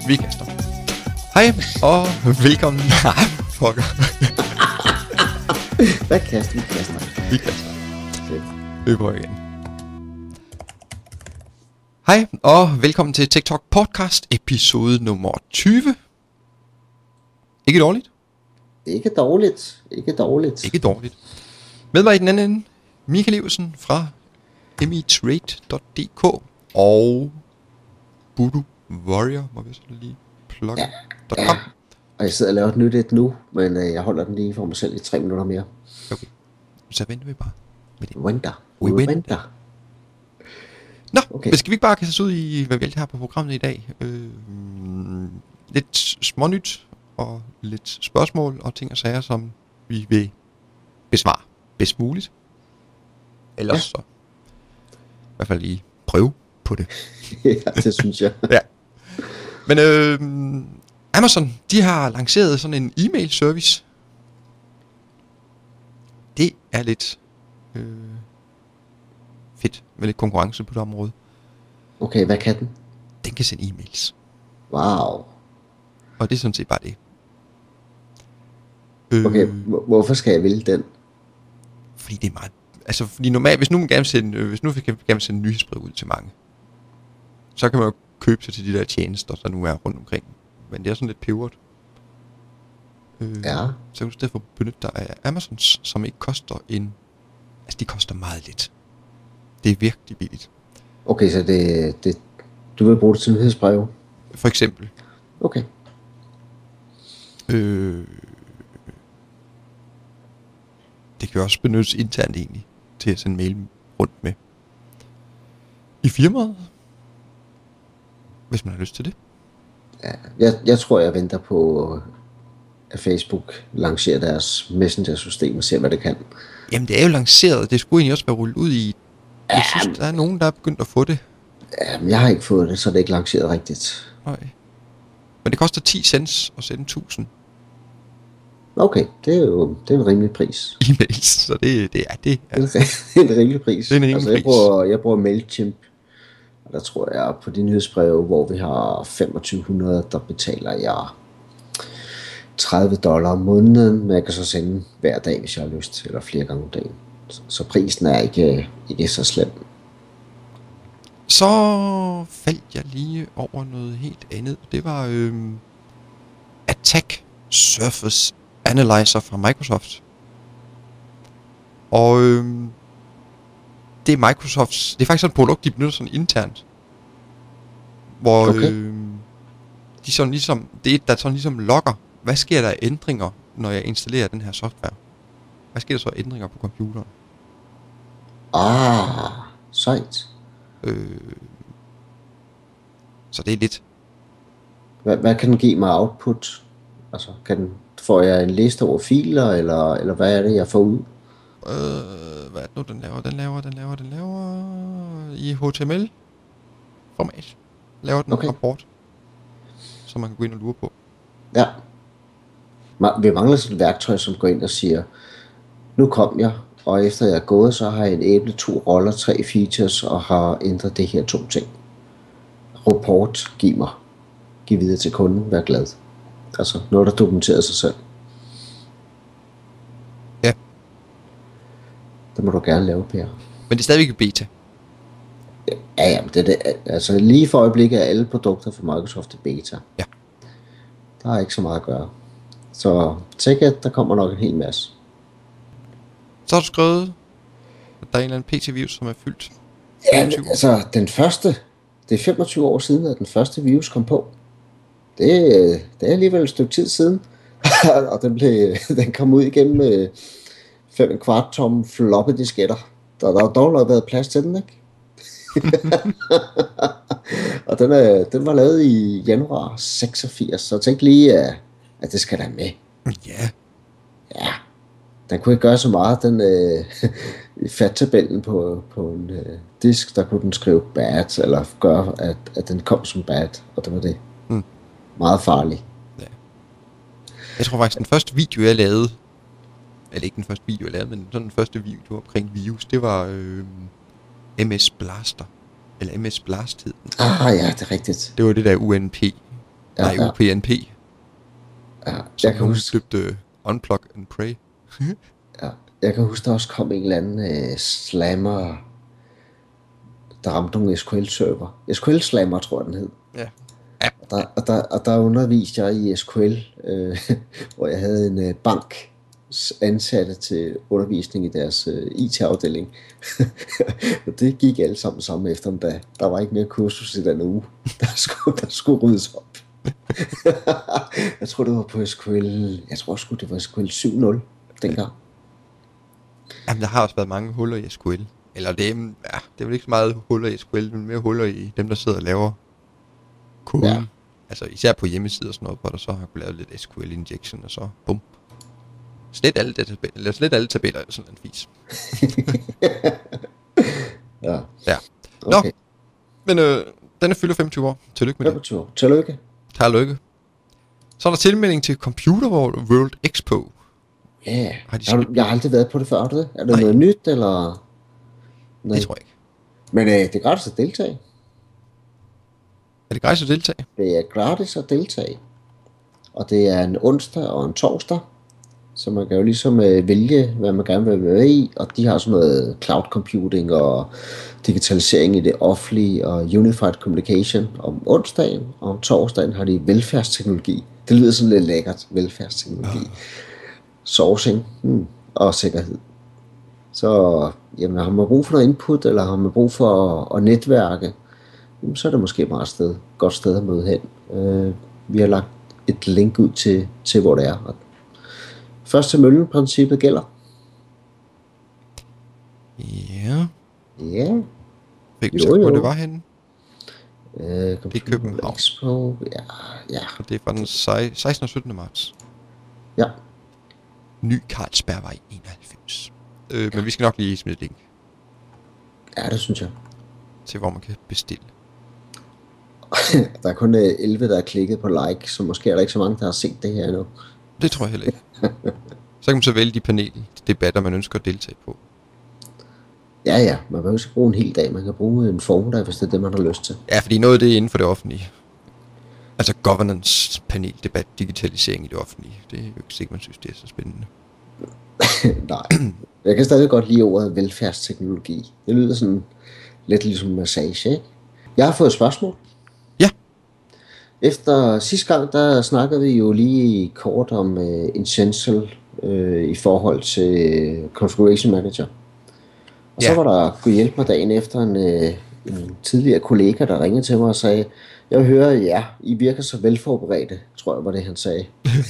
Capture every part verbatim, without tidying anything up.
Vi kaster. Hej, og velkommen. Nej, fucker. Hvad kaster vi? Kaster. Vi kaster. Vi prøver igen. Hej, og velkommen til TikTok Podcast, episode nummer tyve. Ikke dårligt? Ikke dårligt. Ikke dårligt. Ikke dårligt. Med mig i den anden ende, Michael Iversen fra m e trade punktum d k og Voodoo Warrior, må vi så lige plukke. Ja, ja. Og jeg sidder og laver et nyt et nu, men øh, jeg holder den lige for mig selv i tre minutter mere. Okay, så venter vi bare med det. Winter. We We win. winter. Nå, Okay. men skal vi ikke bare kaste os ud i, hvad vi alt har på programmet i dag? Øh, lidt smånyt og lidt spørgsmål og ting og sager, som vi vil besvare bedst muligt. Ellers Ja. så i hvert fald lige prøve på det. Ja, det synes jeg. Ja. Men øh, Amazon, de har lanceret sådan en e-mail service. Det er lidt øh, fedt med lidt konkurrence på det område. Okay, hvad kan den? Den kan sende e-mails. Wow. Og det er sådan set bare det. Øh, Okay, hvor- hvorfor skal jeg vælge den? Fordi det er meget. Altså fordi normalt, hvis nu man gerne vil sende, øh, hvis nu vi kan gerne vil sende nyhedsbrev ud til mange, så kan man jo købe sig til de der tjenester, der nu er rundt omkring. Men det er sådan lidt peberet. Øh, Ja. Så kan du i stedet for benytte dig af Amazons, som ikke koster en. Altså de koster meget lidt. Det er virkelig billigt. Okay, så det, det du vil bruge det til nyhedsbrev? For eksempel. Okay. Øh, det kan også benyttes internt egentlig til at sende mail rundt med i firmaet, hvis man har lyst til det. Ja, jeg, jeg tror, jeg venter på, at Facebook lancerer deres messenger-system og ser, hvad det kan. Jamen det er jo lanceret. Det skulle egentlig også være rullet ud i. Jeg synes der er nogen der er begyndt at få det. Jamen, jeg har ikke fået det, så det er ikke lanceret rigtigt. Nej. Men det koster ti cents at sende tusind Okay, det er jo det er en rimelig pris. e-mails. Så det, det er det. Er. Det er en rimelig pris. Det er en rimelig altså, jeg pris. bruger, jeg bruger MailChimp, og der tror jeg på de nyhedsbreve, hvor vi har femogtyve hundrede, der betaler jeg tredive dollar om måneden, men jeg kan så sende hver dag, hvis jeg har lyst, eller flere gange om dagen. Så, så prisen er ikke, ikke så slem. Så faldt jeg lige over noget helt andet. Det var øhm, Attack Surface Analyzer fra Microsoft. Og øhm, det er Microsofts. Det er faktisk et produkt, de benytter sådan internt. Hvor Okay. øhm, de sådan ligesom, det er der sådan ligesom logger. Hvad sker der af ændringer, når jeg installerer den her software? Hvad sker der så af ændringer på computeren? Ah, sejt. Øh, så det er lidt. Hvad, hvad kan den give mig output? Altså, kan den, får jeg en liste over filer, eller, eller hvad er det, jeg får ud? Øh, hvad er det nu, den laver? Den laver, den laver, den laver i H T M L-format. Laver den Okay. en rapport, som man kan gå ind og lure på. Ja. Ma- Vi mangler sådan et værktøj, som går ind og siger, nu kom jeg, og efter jeg er gået, så har jeg en æble, to roller, tre features, og har ændret det her to ting. Rapport, giv mig. Giv videre til kunden, vær glad. Altså, noget der dokumenterer sig selv. Ja. Det må du gerne lave, Per. Men det er stadigvæk i beta. Ja, ja, men det er det. Altså, lige for øjeblikket er alle produkter fra Microsoft i beta. Ja. Der er ikke så meget at gøre. Så tænk, at der kommer nok en hel masse. Så har du skrevet, at der er en eller anden P C-virus, som er fyldt. Ja, femogtyve. altså den første, det er femogtyve år siden, at den første virus kom på. Det, det er alligevel et stykke tid siden, og den, blev, den kom ud igennem øh, fem en kvart tomme floppe disketter. Der, der har dog nok været plads til den, ikke? Og den, er, den var lavet i januar seksogfirs, så tænk lige, at, at det skal der med. Ja. Ja, den kunne ikke gøre så meget. Den øh, i fat-tabellen på, på en øh, disk, der kunne den skrive bad, eller gøre, at, at den kom som bad, og det var det. Mm. Meget farligt. Ja. Jeg tror faktisk, den første video, jeg lavede, eller ikke den første video, jeg lavede, men sådan den første video omkring virus, det var øh, M S Blaster. Eller M S Blast hed den. Ah ja, det er rigtigt. Det var det der U N P Ja, Nej, ja. U P n P. Ja, som jeg kan nogen huske, døbte Unplug and Pray. ja, jeg kan huske, der også kom en eller anden øh, slammer, der ramte nogle S Q L-server. S Q L-slammer, tror jeg, den hed. Ja. Ja. Og der, og der, og der underviste jeg i S Q L, øh, hvor jeg havde en øh, bank ansatte til undervisning i deres øh, I T-afdeling. Og det gik alle sammen samme eftermiddag. Der var ikke mere kursus i den uge. Der skulle, der skulle ryddes op. Jeg tror, det var på S Q L. Jeg tror sgu, det var S Q L syv nul dengang. Jamen, der har også været mange huller i S Q L. Eller det er, ja, det er vel ikke så meget huller i S Q L, men mere huller i dem, der sidder og laver koden. Ja. Altså især på hjemmesider og sådan noget, hvor der så har kunnet lave lidt S Q L injection, og så bum. Slet alle, tabeller, eller slet alle tabeller, eller sådan en fis. Ja. Ja. Nå, okay. Men øh, den er fyldt femogtyve år. Tillykke med femogtyve år. Tillykke. Tillykke. Så er der tilmelding til Computer World Expo. Ja, yeah. har du, jeg har aldrig været på det før, har du det? Er det Nej. noget nyt, eller? Nej. Det tror jeg ikke. Men øh, det er gratis at deltage. Er det gratis at deltage? Det er gratis at deltage. Og det er en onsdag og en torsdag. Så man kan jo ligesom øh, vælge, hvad man gerne vil være med i. Og de har sådan noget cloud computing og digitalisering i det offentlige og unified communication om onsdagen. Og om torsdagen har de velfærdsteknologi. Det lyder sådan lidt lækkert, velfærdsteknologi. Oh. Sourcing hmm, og sikkerhed. Så jamen, har man brug for noget input, eller har man brug for at, at netværke, jamen, så er det måske meget sted, godt sted at møde hen. Uh, vi har lagt et link ud til, til hvor det er. Og først til møllen-princippet gælder. Ja. Ja. Fik vi så, hvor det var henne? Uh, det er København. Expo. Ja, ja. Og det er fra den sekstende og syttende marts. Ja. Ny Carlsbergvej enoghalvfems. Øh, men vi skal nok lige smide et link. Ja, det synes jeg. Til hvor man kan bestille. Der er kun elleve, der er klikket på like, så måske er der ikke så mange, der har set det her endnu. Det tror jeg heller ikke. Så kan man så vælge de paneldebatter, man ønsker at deltage på. Ja, ja. Man kan jo ikke bruge en hel dag. Man kan bruge en formiddag, hvis det er det, man har lyst til. Ja, fordi noget af det er inden for det offentlige. Altså governance, paneldebat, digitalisering i det offentlige. Det er jo ikke sikkert, man synes, det er så spændende. Nej. Jeg kan stadig godt lide ordet velfærdsteknologi. Det lyder sådan lidt ligesom massage, ikke? Jeg har fået et spørgsmål. Ja. Efter sidste gang, der snakkede vi jo lige kort om uh, Essential uh, i forhold til Configuration Manager. Og ja. Så var der Gud hjælpe mig dagen efter en, uh, en tidligere kollega, der ringede til mig og sagde, jeg hører, ja, I virker så velforberedte, tror jeg var det, han sagde.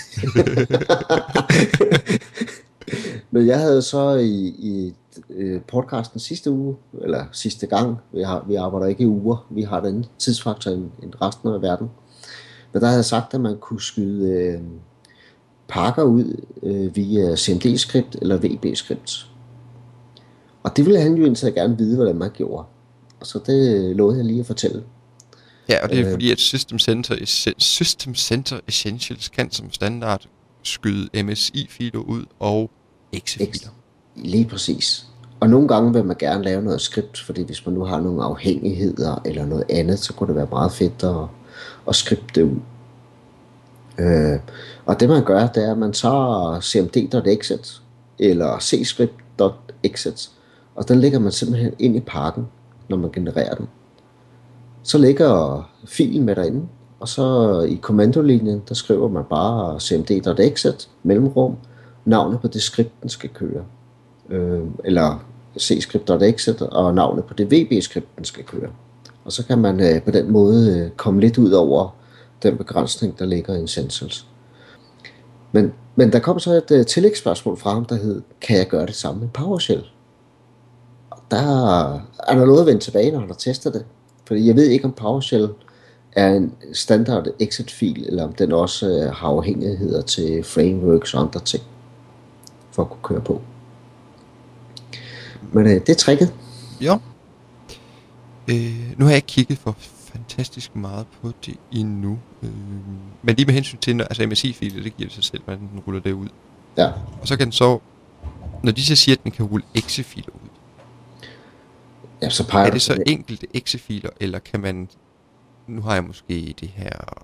Men jeg havde så i, i podcasten sidste uge, eller sidste gang, vi, har, vi arbejder ikke i uger, vi har den tidsfaktor end, end resten af verden. Men der havde jeg sagt, at man kunne skyde øh, pakker ud øh, via C M D-skript eller V B-skript. Og det ville han jo indtil gerne vide, hvordan man gjorde. Og så det lovede jeg lige at fortælle. Ja, og det er øh, fordi, at System Center, System Center Essentials kan som standard skyde M S I-filer ud og exe-filer. Lige præcis. Og nogle gange vil man gerne lave noget skript, fordi hvis man nu har nogle afhængigheder eller noget andet, så kunne det være meget fedt at, at skripte det ud. Øh, og det man gør, det er, at man tager cmd.exit eller cscript.exit, og den lægger man simpelthen ind i pakken, når man genererer den. Så ligger filen med derinde, og så i kommandolinjen, der skriver man bare cmd.exit, mellemrum, navnet på det skript, den skal køre. Øh, eller cscript.exit og navnet på det V B-skript, den skal køre. Og så kan man øh, på den måde øh, komme lidt ud over den begrænsning, der ligger i Essentials. Men, men der kom så et øh, tillægsspørgsmål fra ham, der hed, kan jeg gøre det samme med PowerShell? Og der er der noget at vende tilbage, når han har testet det. Fordi jeg ved ikke, om PowerShell er en standard exit-fil, eller om den også øh, har afhængigheder til frameworks og andre ting, for at kunne køre på. Men øh, det er tricket. Ja. Øh, nu har jeg ikke kigget for fantastisk meget på det endnu. Øh, men lige med hensyn til, altså M S I-filer, det giver det sig selv, hvordan den ruller det ud. Ja. Og så kan den så, når de så siger, at den kan rulle exe-filer ud, ja, så peger er det så enkelte exe-filer, eller kan man, nu har jeg måske det her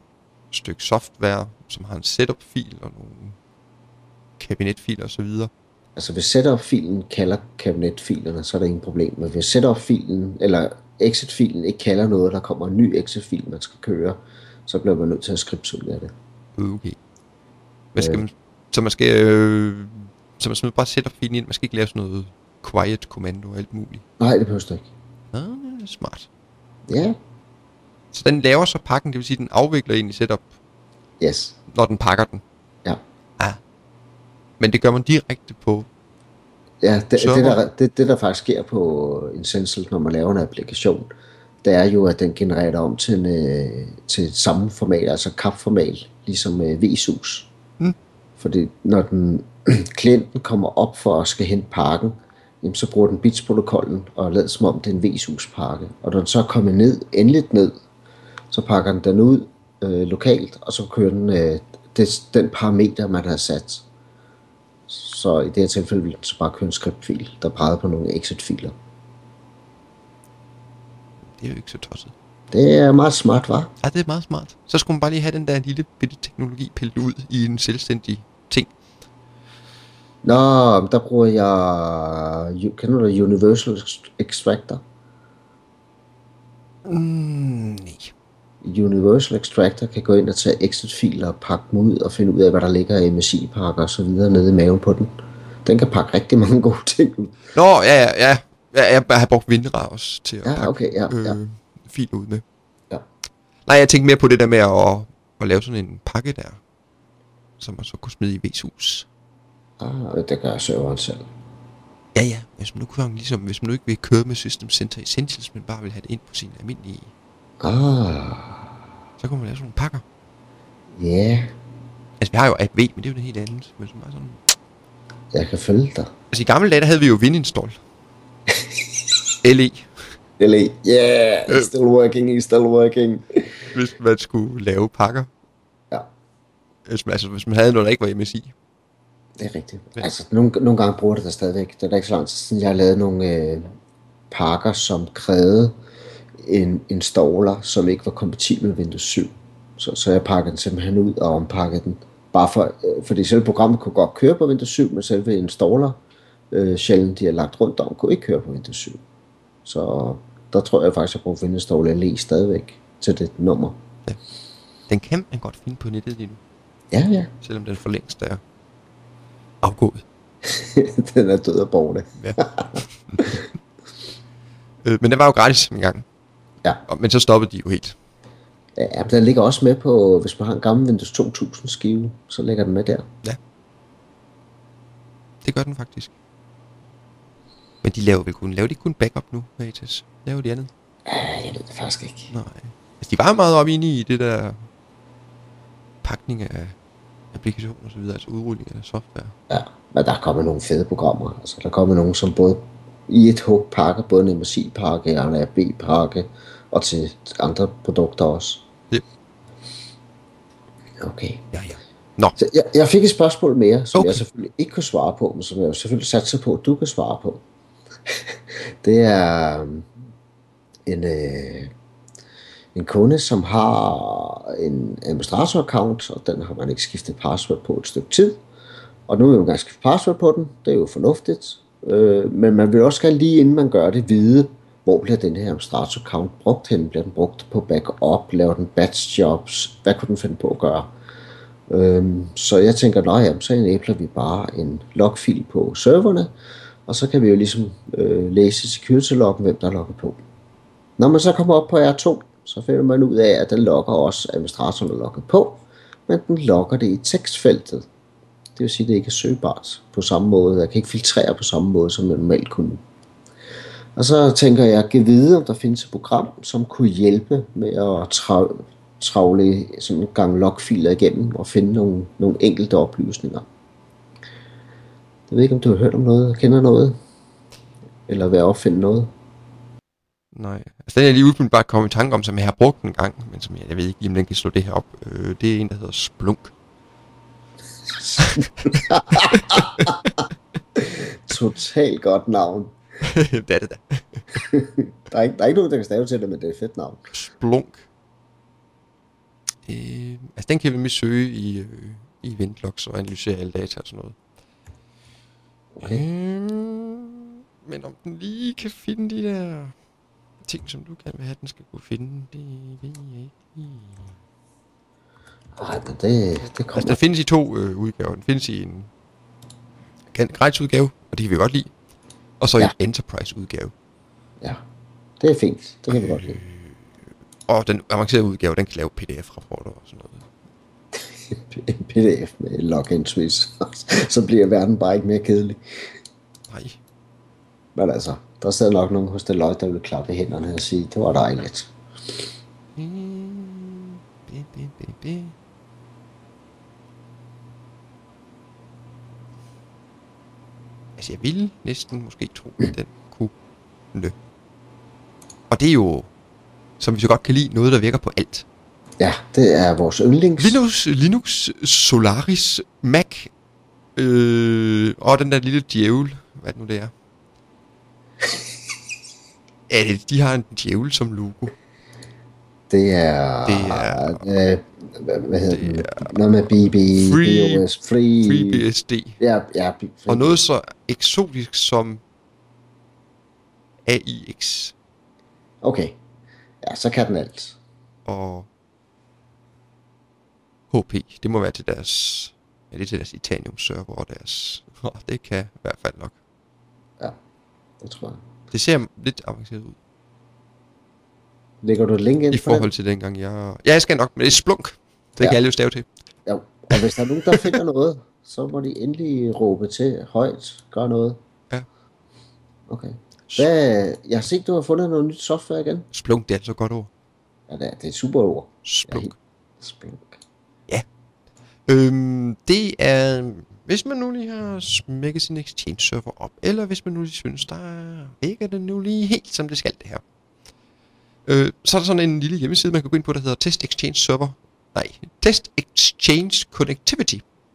stykke software, som har en setup-fil og nogle kabinetfiler osv. Altså hvis setup-filen kalder kabinetfilerne, så er der ingen problem. Men hvis setup-filen, eller exit-filen ikke kalder noget, der kommer en ny exit-fil, man skal køre, så bliver man nødt til at skrive ud af det. Okay. Hvad skal man, så man skal, øh, så man simpelthen bare sætter filen ind, man skal ikke lave sådan noget quiet kommando og alt muligt. Nej, det behøver du ikke. Ah, smart. Ja. Så den laver så pakken, det vil sige, den afvikler ind i setup, Yes. når den pakker den. Ja. Ah. Men det gør man direkte på. Ja, det, det, server. der, det, det der faktisk sker på Incensel, når man laver en applikation, det er jo, at den genererer om til, en, øh, til samme format, altså kapformat, ligesom øh, Vsus. Mm. Fordi når den, klienten kommer op for at skal hente pakken, jamen, så bruger den bits-protokollen og lader som om det er en Vsus-pakke. Og når den så er kommet ned, endeligt ned, så pakker den den ud øh, lokalt, og så kører den øh, det, den parameter, man har sat. Så i det her tilfælde vil den så bare køre en scriptfil, der peger på nogle exit-filer. Det er jo ikke så tosset. Det er meget smart, hva'? Ja, det er meget smart. Så skulle man bare lige have den der lille bitte teknologi pillet ud i en selvstændig ting. Nå, der bruger jeg... Kender du det? Universal Extractor? Mm, nej. Universal Extractor kan gå ind og tage exit-filer og pakke dem ud og finde ud af, hvad der ligger i M S I-pakker og så videre nede i maven på den. Den kan pakke rigtig mange gode ting ud. Nå, ja, ja, ja. Jeg, jeg har brugt Winra også til at Ja, pakke okay, ja, ja. øh, filer ud med. Ja. Nej, jeg tænkte mere på det der med at, at lave sådan en pakke der, som man så kunne smide i Vsus. Ah, det gør serveren selv. Ja, ja. Hvis man nu kunne ligesom, hvis man nu ikke vil køre med System Center Essentials, men bare vil have det ind på sine almindelige, Ah, så kunne man lave sådan nogle pakker. ja. Yeah. Altså, vi har jo A D V, men det er jo noget helt andet. Men sådan bare sådan... Jeg kan følge dig. Altså, i gamle dage, der havde vi jo Wininstall. L E. L E. Yeah, it's still working, it's still working. Hvis man skulle lave pakker. Ja. Hvis man, altså, hvis man havde noget, der ikke var M S I. Det er rigtigt. Ja. Altså, nogle, nogle gange bruger det der stadigvæk. Det er da ikke så lang tid siden, jeg har lavet nogle øh, pakker, som krævede en installer, som ikke var kompatibel med Windows syv. Så, så jeg pakkede den simpelthen ud og ompakkede den. Bare for, øh, fordi selve programmet kunne godt køre på Windows syv, men selve installer, øh, sjældent de har lagt rundt om, kunne ikke køre på Windows syv. Så der tror jeg faktisk, at jeg bruger Windows L E stadigvæk til det nummer. Ja. Den kan man godt finde på nettet lige nu. Ja, ja. Selvom den for længst er afgået. Den er død og borte. Ja. øh, men den var jo gratis en gang. Ja. Og, men så stoppede de jo helt. Ja, den ligger også med på, hvis man har en gammel Windows to tusind skive, så ligger den med der. Ja. Det gør den faktisk. Men de laver vel kun, laver de kun backup nu, Matas? Laver de andet? Ja, jeg ved det faktisk ikke. Nej. Altså, de var meget op inde i det der pakning af applikationer og så videre, altså udrulling af software. Ja, men der er kommet nogle fede programmer. Altså, der er kommet nogle, som både i et hug pakker, både en M S I-pakke, en A B pakke og til andre produkter også. Ja. Okay. Ja, ja. Nå. Så jeg, jeg fik et spørgsmål mere, som Okay. jeg selvfølgelig ikke kunne svare på, men som jeg jo selvfølgelig satser på, at du kan svare på. Det er um, en, øh, en kunde, som har en administrator-account, og den har man ikke skiftet password på et stykke tid. Og nu vil man gerne skifte password på den, det er jo fornuftigt. Øh, men man vil også gerne lige inden man gør det vide, hvor bliver den her administrator-account brugt hen? Bliver den brugt på backup? Laver den batch jobs? Hvad kunne den finde på at gøre? Øhm, så jeg tænker, nej, jamen, så enabler vi bare en logfil på serverne, og så kan vi jo ligesom øh, læse security-loggen, hvem der er logget på. Når man så kommer op på R to, så finder man ud af, at den logger også administratoren er logget på, men den logger det i tekstfeltet. Det vil sige, at det ikke er søgbart på samme måde. Jeg kan ikke filtrere på samme måde, som man normalt kunne. Og så tænker jeg, at vide, om der findes et program, som kunne hjælpe med at tra- travle sådan en gang logfiler igennem og finde nogle, nogle enkelte oplysninger. Jeg ved ikke, om du har hørt om noget, kender noget, eller vil opfinde noget. Nej. Altså den er lige ude bare kommet i tanke om, som jeg har brugt en gang, men som jeg, jeg ved ikke, om den kan slå det her op. Øh, det er en, der hedder Splunk. Totalt godt navn. Det er det da. der, er ikke, der er ikke nogen, der kan stave til det, men det er et fedt navn. Splunk. Øh, altså den kan vi med søge i, øh, i eventlogs og analysere alle data og sådan noget. Okay. Øhm, men om den lige kan finde de der ting, som du gerne vil have, den skal kunne finde, det ved jeg ikke lige. Ej, men det, det kommer. Altså, den findes i to øh, udgaver. Den findes i en gratis udgave, og det kan vi godt lide. Og så ja. en Enterprise udgave. Ja, det er fint. Det kan vi godt lide. Og den avancerede udgave, den kan lave P D F-rapporter og sådan noget. En P D F med login twist. Så bliver verden bare ikke mere kedelig. Nej. Men altså, der sidder nok nogen hos Deloitte, der vil klappe i hænderne og sige, det var dejligt. Mm, be, be, be, be. Altså, jeg ville næsten måske tro, at den kunne. Og det er jo, som vi så godt kan lide, noget, der virker på alt. Ja, det er vores yndlings. Linux, Linux, Solaris, Mac, øh, og den der lille djævel, hvad det nu det er. Ja, det, de har en djævel som logo. Det er, det er øh, hvad, hvad hedder det? Er, noget med B B, free, B O S, free, free B S D. Ja, ja. Free. Og noget så eksotisk som A I X. Okay. Ja, så kan den alt. Og H P, det må være til deres, ja, det er til deres Itanium server og deres, oh, det kan i hvert fald nok. Ja, det tror jeg. Det ser lidt avanceret ud. Lægger du et link ind i forhold den? Til dengang jeg... Ja, jeg skal nok, men det er Splunk. Det ja. Kan alle jo stave til. Ja, og hvis der er nogen, der finder noget, så må de endelig råbe til højt. Gør noget. Ja. Okay. Hvad, jeg har set, du har fundet noget nyt software igen. Splunk, det er altså godt ord. Ja, det er, det er et super ord. Splunk. Helt... Splunk. Ja. Øhm, det er... Hvis man nu lige har smækket sin Exchange server op, eller hvis man nu lige synes, der ikke er det nu lige helt som det skal det her. Øh, så er der sådan en lille hjemmeside, man kan gå ind på, der hedder Test Exchange Server. Nej, Test Exchange Connectivity.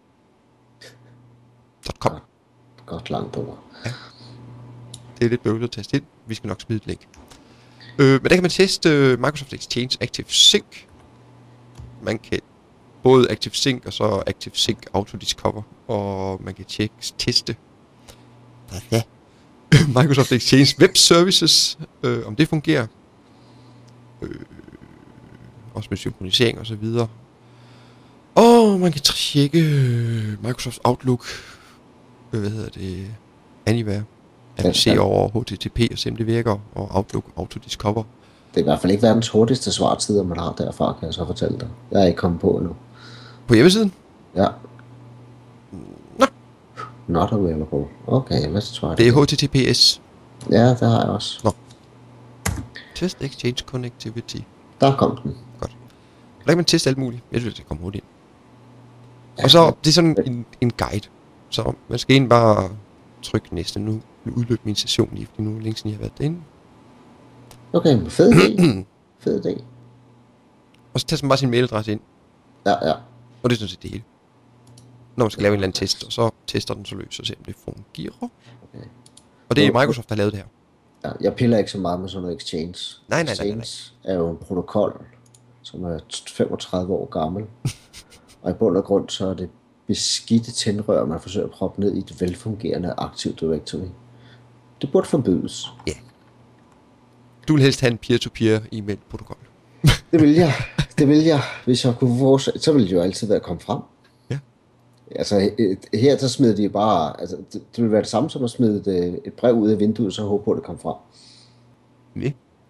.com. Ja, godt langt over. Ja. Det er lidt bøvlet at taste ind. Vi skal nok smide et link. Øh, men der kan man teste uh, Microsoft Exchange Active Sync. Man kan både Active Sync og så Active Sync Auto Discover. Og man kan tjekke, teste ja. Microsoft Exchange Web Services, øh, om det fungerer. Øh, også med synkronisering og så videre. Og man kan tjekke Microsoft Outlook, øh, hvad hedder det, Anywhere, at ja, se ja. over H T T P og se om det virker, og Outlook Auto Discover. Det er i hvert fald ikke verdens hurtigste svartider, man har derfra, kan jeg så fortælle dig. Jeg er ikke kommet på endnu. På hjemmesiden? Ja. Nå. Not available. Okay, let's try it. Det er H T T P S. Ja, det har jeg også. Nå. Test Exchange Connectivity. Der kom den. Godt. Der kan man teste alt muligt. Jeg synes, det kommer hurtigt ind. Ja, og så, det er sådan en, en guide. Så man skal ind bare trykke næste. Nu udløb min session lige, fordi nu er længe siden jeg har været derinde. Okay, fed idé. Fed idé. Og så tager man bare sin mailadresse ind. Ja, ja. Og det er sådan set det hele. Når man skal lave en eller anden test, og så tester den så løs og ser, om det fungerer. Okay. Og det er Microsoft, der har lavet det her. Ja, jeg piller ikke så meget med sådan noget Exchange. Nej, nej, nej, Exchange nej, nej. er jo en protokol, som er femogtredive år gammel. Og i bund og grund, så er det beskidte tændrør, man forsøger at proppe ned i et velfungerende Active Directory. Det burde forbydes. Ja. Yeah. Du vil helst have en peer-to-peer e-mail protokol. Det vil jeg. Det vil jeg. Hvis jeg kunne fortsætte, så ville det jo altid være kommet frem. Ja. Altså her, så smed de bare, altså det, det ville være det samme som at smide et, et brev ud af vinduet, så håbe på, at det kom frem. Nej.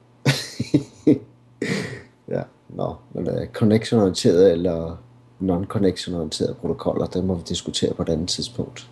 Ja, nå, men uh, connection-orienteret eller non-connection-orienterede protokoller, det må vi diskutere på et andet tidspunkt.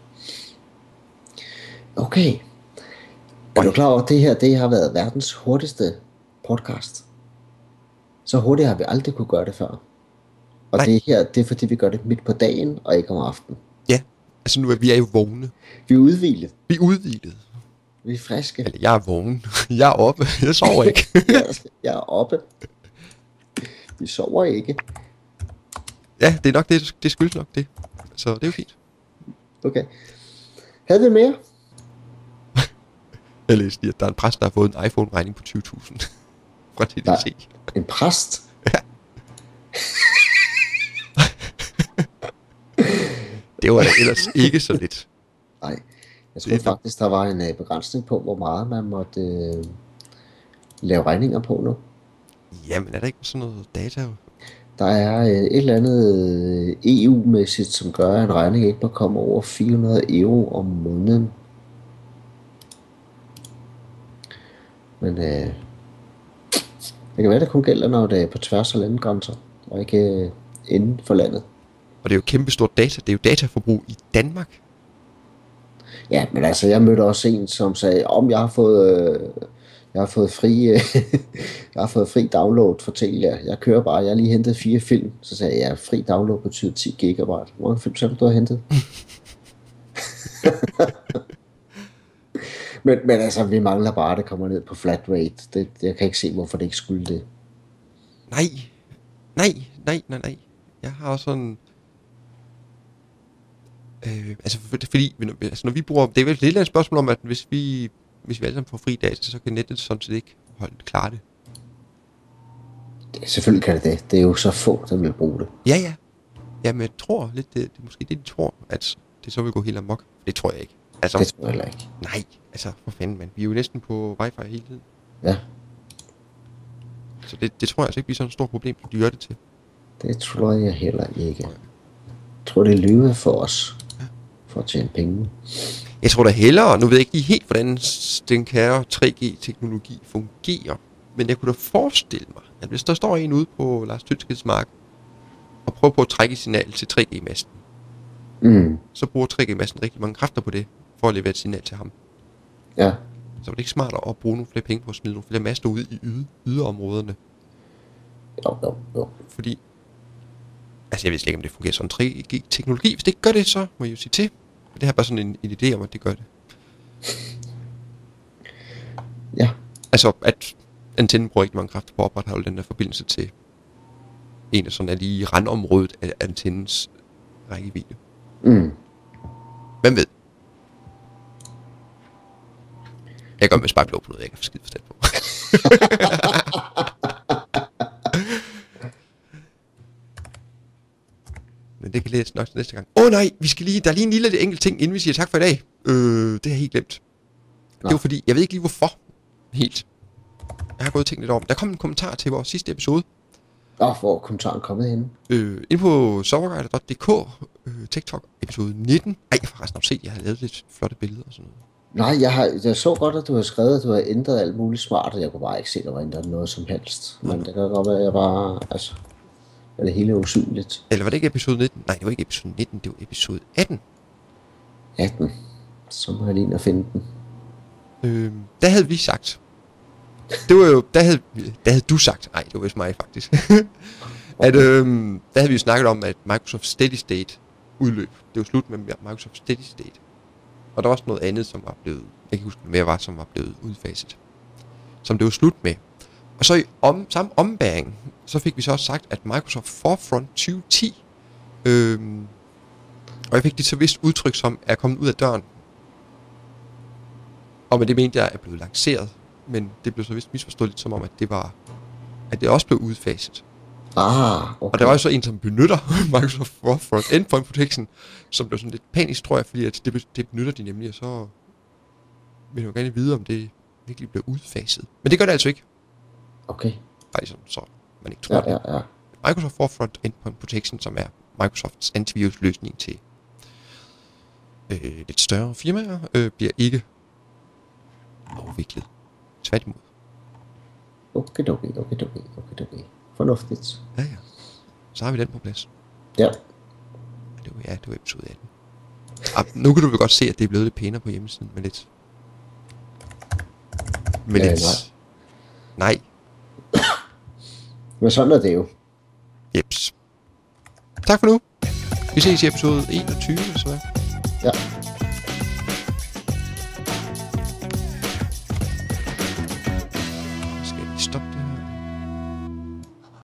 Okay. Er du klar over, at det her, det har været verdens hurtigste podcast? Så hurtigt har vi aldrig kunne gøre det før. Og Nej. det her, det er fordi vi gør det midt på dagen og ikke om aftenen. Ja, altså nu er vi er jo vågne. Vi er udhvilet. Vi er udhvilet. Vi er friske. Eller jeg er vågen. Jeg er oppe. Jeg sover ikke. Jeg er oppe. Vi sover ikke. Ja, det er nok det. Det skyldes nok det. Så det er jo fint. Okay. Havde vi mere? Jeg læste lige, at der er en præst, der har fået en iPhone-regning på tyve tusind fra T D C. En præst? Ja. Det var da ellers ikke så lidt. Nej, jeg tror faktisk, der var en uh, begrænsning på, hvor meget man måtte uh, lave regninger på nu. Jamen, er der ikke sådan noget data? Der er uh, et eller andet E U-mæssigt, som gør, at en regning ikke må komme over fire hundrede euro om måneden. Men uh, det kan være, det kun gælder, når det er på tværs af landegrænser, og ikke uh, inden for landet. Og det er jo kæmpestort data. Det er jo dataforbrug i Danmark. Ja, men altså, jeg mødte også en, som sagde, om jeg har fået, øh, jeg har fået fri, øh, jeg har fået fri download for Telia. Jeg kører bare, jeg har lige hentet fire film. Så sagde jeg, ja, fri download betyder ti gigabyte. Hvor mange film så du har hentet? men, men altså, vi mangler bare, at det kommer ned på flat rate. Det, jeg kan ikke se, hvorfor det ikke skulle det. Nej, nej, nej, nej, nej. Jeg har også sådan... Øh, altså, for, fordi, altså, når vi bruger... Det er vel lidt af et spørgsmål om, at hvis vi, hvis vi alle sammen får fri data, så kan nettet sådan set ikke holde klare det. det. Selvfølgelig kan det det. Det er jo så få, der vil bruge det. Ja, ja. Jamen, jeg tror lidt, det, det er måske det, de tror, at det så vil gå helt amok. Det tror jeg ikke. Altså, Det tror jeg heller ikke. nej, altså, for fanden, mand. Vi er jo næsten på wifi hele tiden. Ja, Så det, det tror jeg altså ikke bliver sådan et stort problem, som de gør det til. det tror jeg heller ikke. Jeg tror, det er lyve for os. For at tjene penge. Jeg tror da hellere, nu ved jeg ikke lige helt, hvordan den kære tre G-teknologi fungerer, men jeg kunne da forestille mig, at hvis der står en ude på Lars Tyskels mark, og prøver på at trække et signal til tre G-masten, Mm, så bruger tre G-masten rigtig mange kræfter på det, for at levere et signal til ham. ja. Så var det ikke smartere at bruge nogle flere penge på at smide nogle flere master ud i yde, yderområderne, Jo, jo, jo. fordi, altså jeg ved slet ikke, om det fungerer som tre G-teknologi. Hvis det ikke gør det, så må jeg jo sige til. Det har bare sådan en, en idé om, at det gør det. Ja. Altså, at antennen bruger ikke mange kræfter på at opretholde den der forbindelse til en af sådan er lige randområdet af antennens rækkevidde. Mm. Hvem ved? Jeg gør med sparklov på noget, jeg ikke har for skide forstand på. Men det kan læse nok til næste gang. Åh oh, nej, vi skal lige, der er lige en lille enkelt ting, inden vi siger tak for i dag. Øh, det har jeg helt glemt. Nå. Det var fordi, jeg ved ikke lige hvorfor. Helt. Jeg har gået og tænkt lidt over. Der kom en kommentar til vores sidste episode. Og hvor er kommentaren kommet henne? Øh, inde på softwareguide punktum d k, øh, TikTok, episode nitten. Ej, jeg har forresten også set, at jeg har lavet lidt flotte billeder og sådan noget. Nej, jeg, har, jeg så godt, at du har skrevet, at du har ændret alt muligt smart, og jeg kunne bare ikke se, at der var ændret noget som helst. Men det kan godt være, at jeg bare, altså, er det hele usynligt. Eller var det ikke episode nitten? Nej, det var ikke episode nitten, det var episode atten. atten. Så må jeg lige ind og finde den. Øh, der havde vi sagt. Det var jo, der havde, der havde du sagt. Nej, det var vist mig faktisk. at øh, der havde vi jo snakket om, at Microsoft Steady State udløb. Det var slut med Microsoft Steady State. Og der var også noget andet, som var blevet, jeg kan ikke huske, hvad mere var, som var blevet udfaset. Som det var slut med. Og så i om, samme ombæring, så fik vi så også sagt, at Microsoft Forefront tyve ti, øh, og jeg fik det så vist udtryk som, er kommet ud af døren. Og med det mente jeg, er blevet lanceret. Men det blev så vist misforstået lidt som om, at det var, at det også blev udfaset. Ah, okay. Og der var jo så en, som benytter Microsoft Forefront Endpoint Protection, som blev sådan lidt panisk, tror jeg, fordi at det, det benytter de nemlig, og så vil jeg jo gerne vide, om det virkelig blev udfaset. Men det gør det altså ikke. Okay. Nej, så, så man ikke tror Ja, det. ja, ja. Microsoft Forefront Endpoint Protection, som er Microsofts antivirus-løsning til øh, lidt større firmaer, øh, bliver ikke afviklet. Tværtimod. Okay, okay, okay, okay, okay, okay. Fornuftigt. Ja, ja. Så har vi den på plads. Ja. Det var, ja, det var episode atten. Ah, nu kan du vel godt se, at det er blevet lidt pænere på hjemmesiden, med lidt... Med Ja, lidt... Nej. Nej. Men sådan er det jo. Jeps. Tak for nu. Vi ses i episode enogtyve, eller så hvad? Ja.